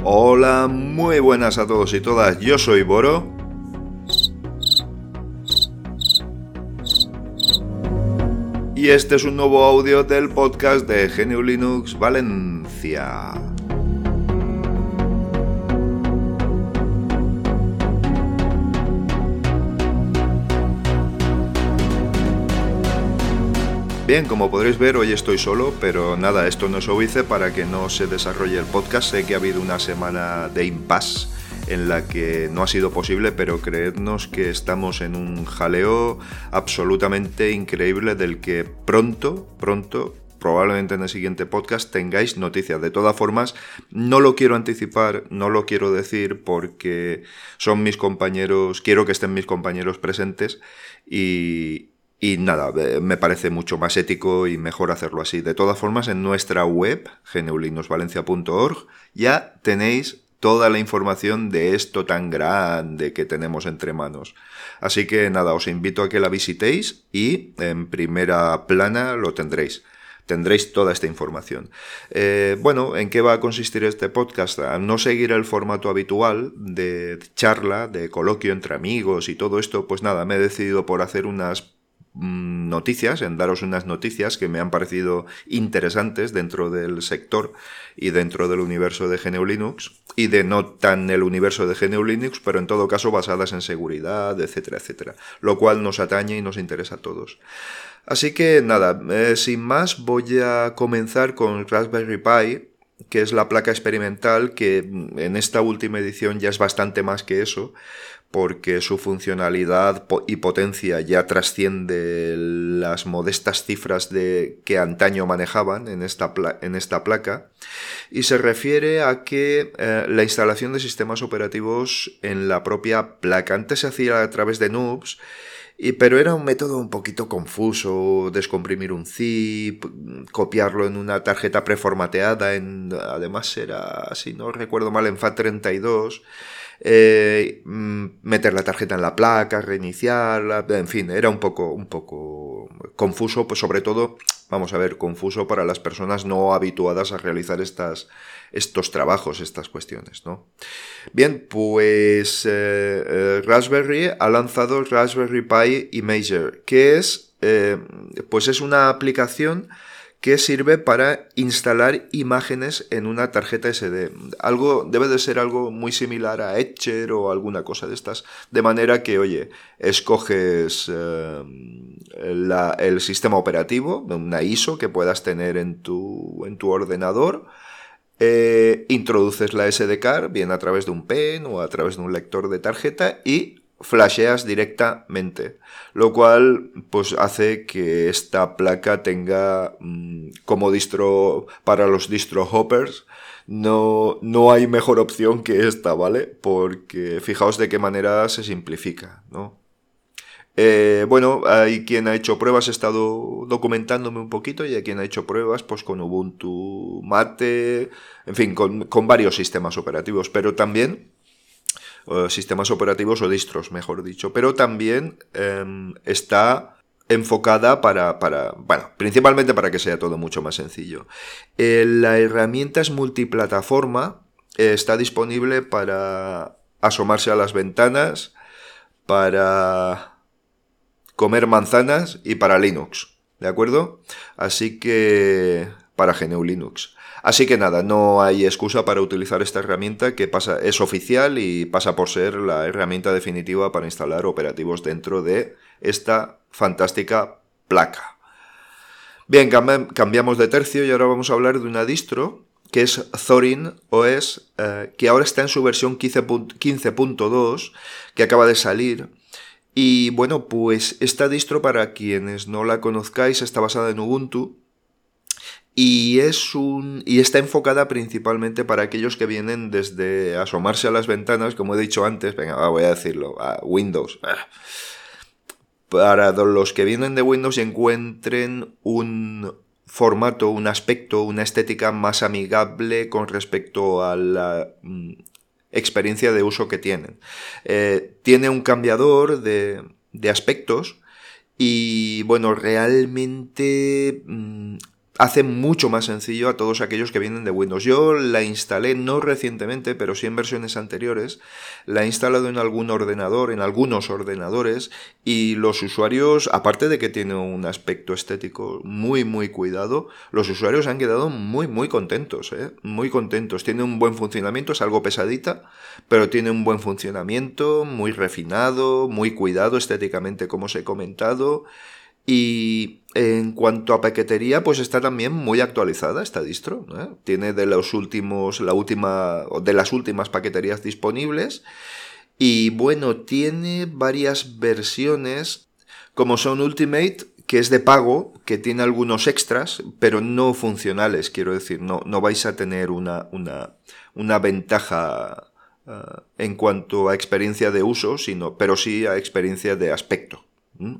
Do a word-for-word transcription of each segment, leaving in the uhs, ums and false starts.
Hola, muy buenas a todos y todas, yo soy Boro. Y este es un nuevo audio del podcast de G N U Linux Valencia. Bien, como podréis ver, hoy estoy solo, pero nada, esto no es óbice para que no se desarrolle el podcast. Sé que ha habido una semana de impasse en la que no ha sido posible, pero creednos que estamos en un jaleo absolutamente increíble del que pronto, pronto, probablemente en el siguiente podcast tengáis noticias. De todas formas, no lo quiero anticipar, no lo quiero decir porque son mis compañeros, quiero que estén mis compañeros presentes y... Y nada, me parece mucho más ético y mejor hacerlo así. De todas formas, en nuestra web, g n u linux valencia punto org, ya tenéis toda la información de esto tan grande que tenemos entre manos. Así que nada, os invito a que la visitéis y en primera plana lo tendréis. Tendréis toda esta información. Eh, bueno, ¿en qué va a consistir este podcast? A no seguir el formato habitual de charla, de coloquio entre amigos y todo esto, pues nada, me he decidido por hacer unas noticias, en daros unas noticias que me han parecido interesantes dentro del sector y dentro del universo de G N U Linux y de no tan el universo de G N U Linux, pero en todo caso basadas en seguridad, etcétera, etcétera, lo cual nos atañe y nos interesa a todos. Así que nada, eh, sin más voy a comenzar con Raspberry Pi, que es la placa experimental que en esta última edición ya es bastante más que eso, porque su funcionalidad y potencia ya trasciende las modestas cifras de que antaño manejaban en esta, pla- en esta placa, y se refiere a que eh, la instalación de sistemas operativos en la propia placa antes se hacía a través de nubes, y, pero era un método un poquito confuso, descomprimir un zip, copiarlo en una tarjeta preformateada, en, además era, si no recuerdo mal, en FAT treinta y dos, eh, meter la tarjeta en la placa, reiniciarla, en fin, era un poco, un poco confuso, pues sobre todo, vamos a ver, confuso para las personas no habituadas a realizar estas, estos trabajos, estas cuestiones, ¿no? Bien, pues eh, eh, Raspberry ha lanzado Raspberry Pi Imager, que es, eh, pues es una aplicación que sirve para instalar imágenes en una tarjeta ese de. Algo, debe de ser algo muy similar a Etcher o alguna cosa de estas, de manera que, oye, escoges eh, la, el sistema operativo, una I S O que puedas tener en tu, en tu ordenador, eh, introduces la S D card, bien a través de un pen o a través de un lector de tarjeta y flasheas directamente, lo cual pues hace que esta placa tenga mmm, como distro para los distro hoppers no, no hay mejor opción que esta, ¿vale? Porque fijaos de qué manera se simplifica, ¿no? Eh, bueno, hay quien ha hecho pruebas, he estado documentándome un poquito y hay quien ha hecho pruebas pues con Ubuntu, Mate, en fin, con, con varios sistemas operativos, pero también Uh, sistemas operativos o distros, mejor dicho, pero también eh, está enfocada para, para, bueno, principalmente para que sea todo mucho más sencillo. Eh, la herramienta es multiplataforma, eh, está disponible para asomarse a las ventanas, para comer manzanas y para Linux, ¿de acuerdo? Así que para G N U Linux. Así que nada, no hay excusa para utilizar esta herramienta que pasa, es oficial y pasa por ser la herramienta definitiva para instalar operativos dentro de esta fantástica placa. Bien, cambi- cambiamos de tercio y ahora vamos a hablar de una distro que es Zorin O S, eh, que ahora está en su versión quince punto dos, que acaba de salir. Y bueno, pues esta distro, para quienes no la conozcáis, está basada en Ubuntu. Y, es un, y está enfocada principalmente para aquellos que vienen desde asomarse a las ventanas, como he dicho antes, venga, voy a decirlo, a Windows. Para los que vienen de Windows y encuentren un formato, un aspecto, una estética más amigable con respecto a la mm, experiencia de uso que tienen. Eh, tiene un cambiador de, de aspectos y, bueno, realmente... Mm, hace mucho más sencillo a todos aquellos que vienen de Windows. Yo la instalé no recientemente, pero sí en versiones anteriores. La he instalado en algún ordenador, en algunos ordenadores, y los usuarios, aparte de que tiene un aspecto estético muy, muy cuidado, los usuarios han quedado muy, muy contentos, ¿eh? Muy contentos. Tiene un buen funcionamiento, es algo pesadita, pero tiene un buen funcionamiento, muy refinado, muy cuidado estéticamente, como os he comentado. Y en cuanto a paquetería, pues está también muy actualizada esta distro, ¿eh? Tiene de los últimos, la última, de las últimas paqueterías disponibles. Y bueno, tiene varias versiones, como son Ultimate, que es de pago, que tiene algunos extras, pero no funcionales, quiero decir, no, no vais a tener una, una, una ventaja uh, en cuanto a experiencia de uso, sino, pero sí a experiencia de aspecto. ¿Mm?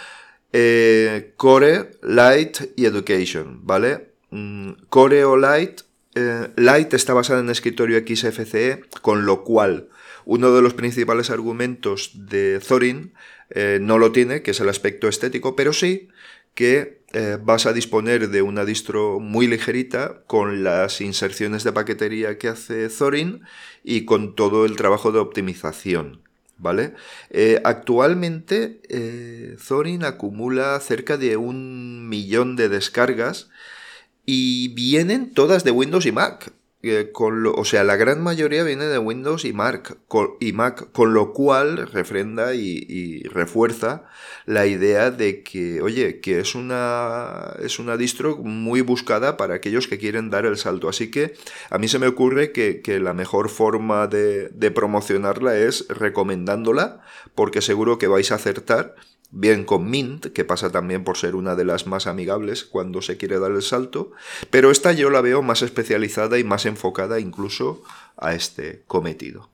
Eh, Core, Light y Education, ¿vale? Mm, Core o Light, eh, Light está basada en escritorio X F C E, con lo cual uno de los principales argumentos de Zorin eh, no lo tiene, que es el aspecto estético, pero sí que eh, vas a disponer de una distro muy ligerita con las inserciones de paquetería que hace Zorin y con todo el trabajo de optimización. ¿Vale? Eh, actualmente eh, Zorin acumula cerca de un millón de descargas y vienen todas de Windows y Mac. Eh, con lo, o sea, la gran mayoría viene de Windows y Mac, con, y Mac, con lo cual refrenda y, y refuerza la idea de que, oye, que es una, es una distro muy buscada para aquellos que quieren dar el salto. Así que a mí se me ocurre que, que la mejor forma de, de promocionarla es recomendándola, porque seguro que vais a acertar. Bien con Mint, que pasa también por ser una de las más amigables cuando se quiere dar el salto, pero esta yo la veo más especializada y más enfocada incluso a este cometido.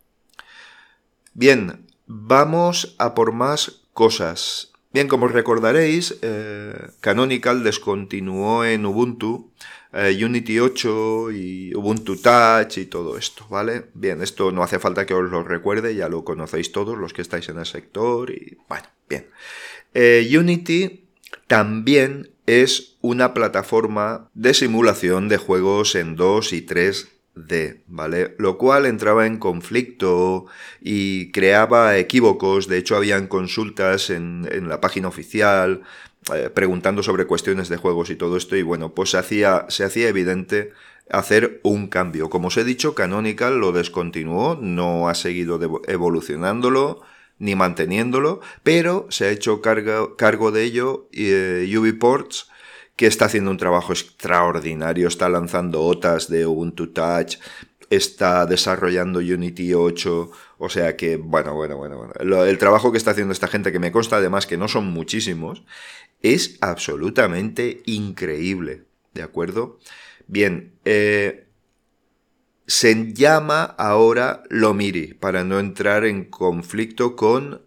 Bien, vamos a por más cosas. Bien, como recordaréis, eh, Canonical descontinuó en Ubuntu eh, Unity ocho y Ubuntu Touch y todo esto, ¿vale? Bien, esto no hace falta que os lo recuerde, ya lo conocéis todos los que estáis en el sector y bueno, bien. Eh, Unity también es una plataforma de simulación de juegos en dos y tres D, ¿vale? Lo cual entraba en conflicto y creaba equívocos. De hecho, habían consultas en, en la página oficial eh, preguntando sobre cuestiones de juegos y todo esto, y bueno, pues se hacía, se hacía evidente hacer un cambio. Como os he dicho, Canonical lo descontinuó, no ha seguido evolucionándolo ni manteniéndolo, pero se ha hecho cargo, cargo de ello eh, UbiPorts, que está haciendo un trabajo extraordinario, está lanzando O T As de Ubuntu Touch, está desarrollando Unity ocho, o sea que, bueno, bueno, bueno, bueno. Lo, el trabajo que está haciendo esta gente, que me consta además que no son muchísimos, es absolutamente increíble, ¿de acuerdo? Bien, eh... se llama ahora Lomiri, para no entrar en conflicto con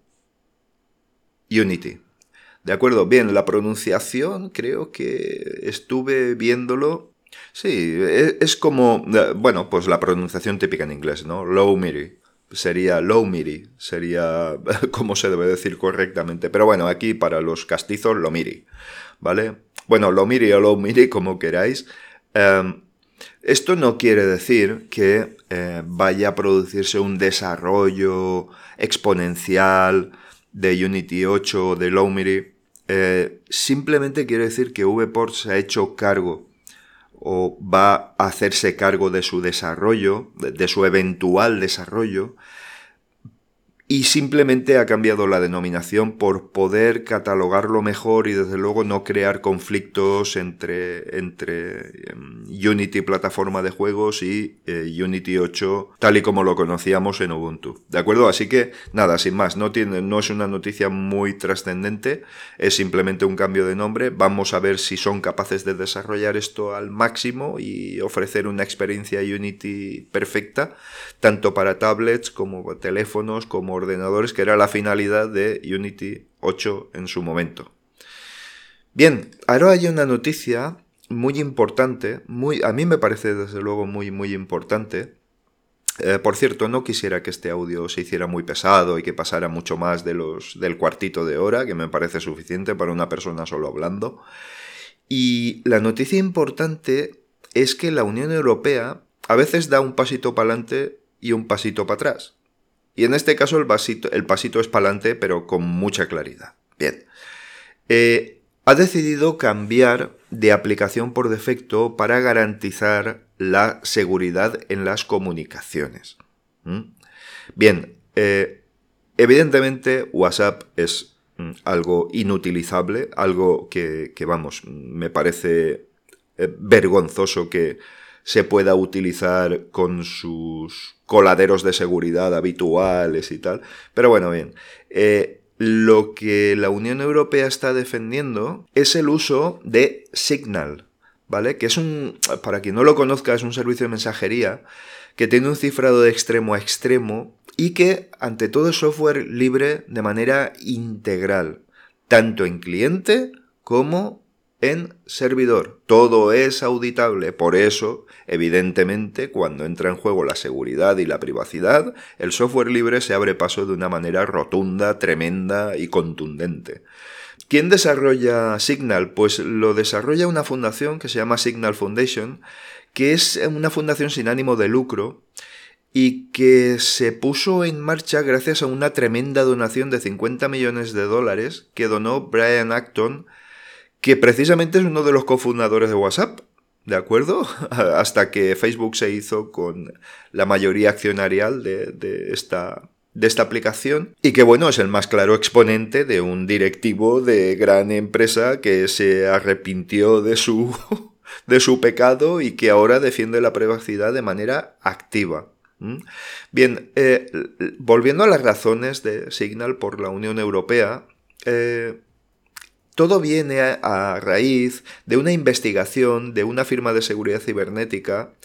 Unity. ¿De acuerdo? Bien, la pronunciación creo que estuve viéndolo. Sí, es como, bueno, pues la pronunciación típica en inglés, ¿no? Lomiri. Sería Lomiri, sería como se debe decir correctamente. Pero bueno, aquí para los castizos, Lomiri, ¿vale? Bueno, Lomiri o Lomiri, como queráis. Um, Esto no quiere decir que eh, vaya a producirse un desarrollo exponencial de Unity ocho o de Lomiri. Eh, simplemente quiere decir que VPort se ha hecho cargo o va a hacerse cargo de su desarrollo, de, de su eventual desarrollo, y simplemente ha cambiado la denominación por poder catalogarlo mejor y desde luego no crear conflictos entre, entre um, Unity plataforma de juegos y eh, Unity ocho tal y como lo conocíamos en Ubuntu. ¿De acuerdo? Así que nada, sin más, no, tiene, no es una noticia muy trascendente, es simplemente un cambio de nombre. Vamos a ver si son capaces de desarrollar esto al máximo y ofrecer una experiencia Unity perfecta, tanto para tablets como teléfonos, como ordenadores, que era la finalidad de Unity ocho en su momento. Bien, ahora hay una noticia muy importante, muy, a mí me parece desde luego muy muy importante. Eh, por cierto, no quisiera que este audio se hiciera muy pesado y que pasara mucho más de los del cuartito de hora, que me parece suficiente para una persona solo hablando. Y la noticia importante es que la Unión Europea a veces da un pasito para adelante y un pasito para atrás. Y en este caso el pasito, el pasito es para adelante, pero con mucha claridad. Bien. Eh, ha decidido cambiar de aplicación por defecto para garantizar la seguridad en las comunicaciones. ¿Mm? Bien, eh, evidentemente WhatsApp es mm, algo inutilizable, algo que, que vamos, me parece eh, vergonzoso que se pueda utilizar con sus coladeros de seguridad habituales y tal. Pero bueno, bien. Eh, lo que la Unión Europea está defendiendo es el uso de Signal, ¿vale? Que es un, para quien no lo conozca, es un servicio de mensajería que tiene un cifrado de extremo a extremo y que, ante todo, es software libre de manera integral, tanto en cliente como en servidor. Todo es auditable. Por eso, evidentemente, cuando entra en juego la seguridad y la privacidad, el software libre se abre paso de una manera rotunda, tremenda y contundente. ¿Quién desarrolla Signal? Pues lo desarrolla una fundación que se llama Signal Foundation, que es una fundación sin ánimo de lucro y que se puso en marcha gracias a una tremenda donación de cincuenta millones de dólares que donó Brian Acton, que precisamente es uno de los cofundadores de WhatsApp, ¿de acuerdo? Hasta que Facebook se hizo con la mayoría accionarial de, de, esta, de esta aplicación. Y que, bueno, es el más claro exponente de un directivo de gran empresa que se arrepintió de su, de su pecado y que ahora defiende la privacidad de manera activa. ¿Mm? Bien, eh, volviendo a las razones de Signal por la Unión Europea, eh, todo viene a, a raíz de una investigación de una firma de seguridad cibernética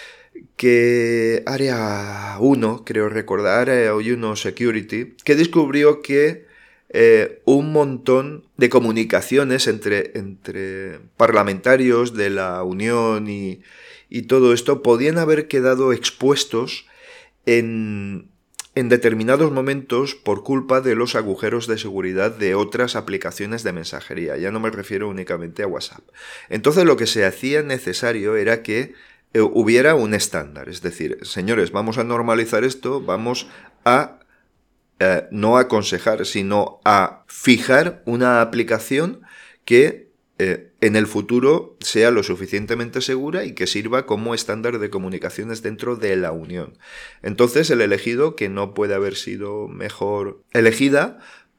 que Área uno, creo recordar, Área uno Security, que descubrió que eh, un montón de comunicaciones entre, entre parlamentarios de la Unión y, y todo esto podían haber quedado expuestos en... en determinados momentos por culpa de los agujeros de seguridad de otras aplicaciones de mensajería. Ya no me refiero únicamente a WhatsApp. Entonces lo que se hacía necesario era que eh, hubiera un estándar. Es decir, señores, vamos a normalizar esto, vamos a eh, no aconsejar, sino a fijar una aplicación que eh, en el futuro sea lo suficientemente segura y que sirva como estándar de comunicaciones dentro de la Unión. Entonces, el elegido, que no puede haber sido mejor elegida,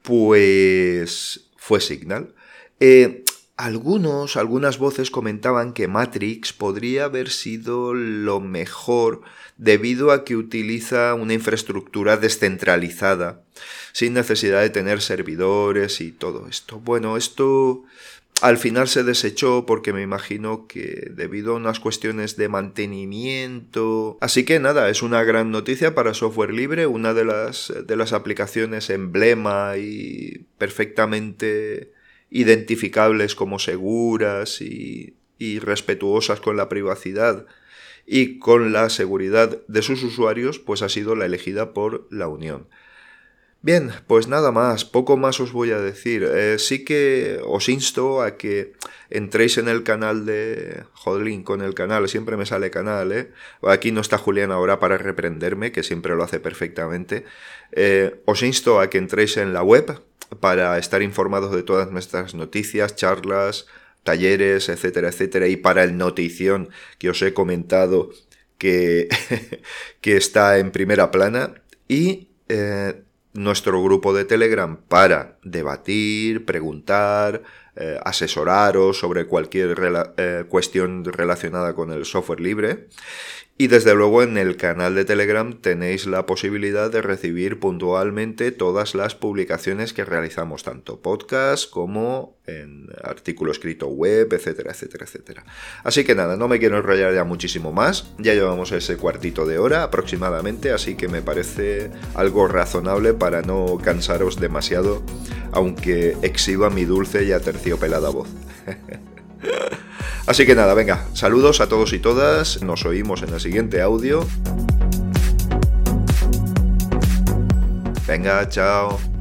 pues fue Signal. Eh, algunos, algunas voces comentaban que Matrix podría haber sido lo mejor debido a que utiliza una infraestructura descentralizada, sin necesidad de tener servidores y todo esto. Bueno, esto al final se desechó porque me imagino que debido a unas cuestiones de mantenimiento. Así que nada, es una gran noticia para software libre, una de las, de las aplicaciones emblema y perfectamente identificables como seguras y, y respetuosas con la privacidad y con la seguridad de sus usuarios, pues ha sido la elegida por la Unión. Bien, pues nada más, poco más os voy a decir. Eh, sí que os insto a que entréis en el canal de... Jodlín, con el canal, siempre me sale canal, ¿eh? Aquí no está Julián ahora para reprenderme, que siempre lo hace perfectamente. Eh, os insto a que entréis en la web para estar informados de todas nuestras noticias, charlas, talleres, etcétera, etcétera. Y para el notición que os he comentado que, que está en primera plana. Y... Eh, nuestro grupo de Telegram para debatir, preguntar, eh, asesoraros sobre cualquier rela- eh, cuestión relacionada con el software libre. Y desde luego en el canal de Telegram tenéis la posibilidad de recibir puntualmente todas las publicaciones que realizamos, tanto podcast como en artículo escrito web, etcétera, etcétera, etcétera. Así que nada, no me quiero enrollar ya muchísimo más, ya llevamos ese cuartito de hora aproximadamente, así que me parece algo razonable para no cansaros demasiado, aunque exhiba mi dulce y aterciopelada voz. Así que nada, venga, saludos a todos y todas, nos oímos en el siguiente audio. Venga, chao.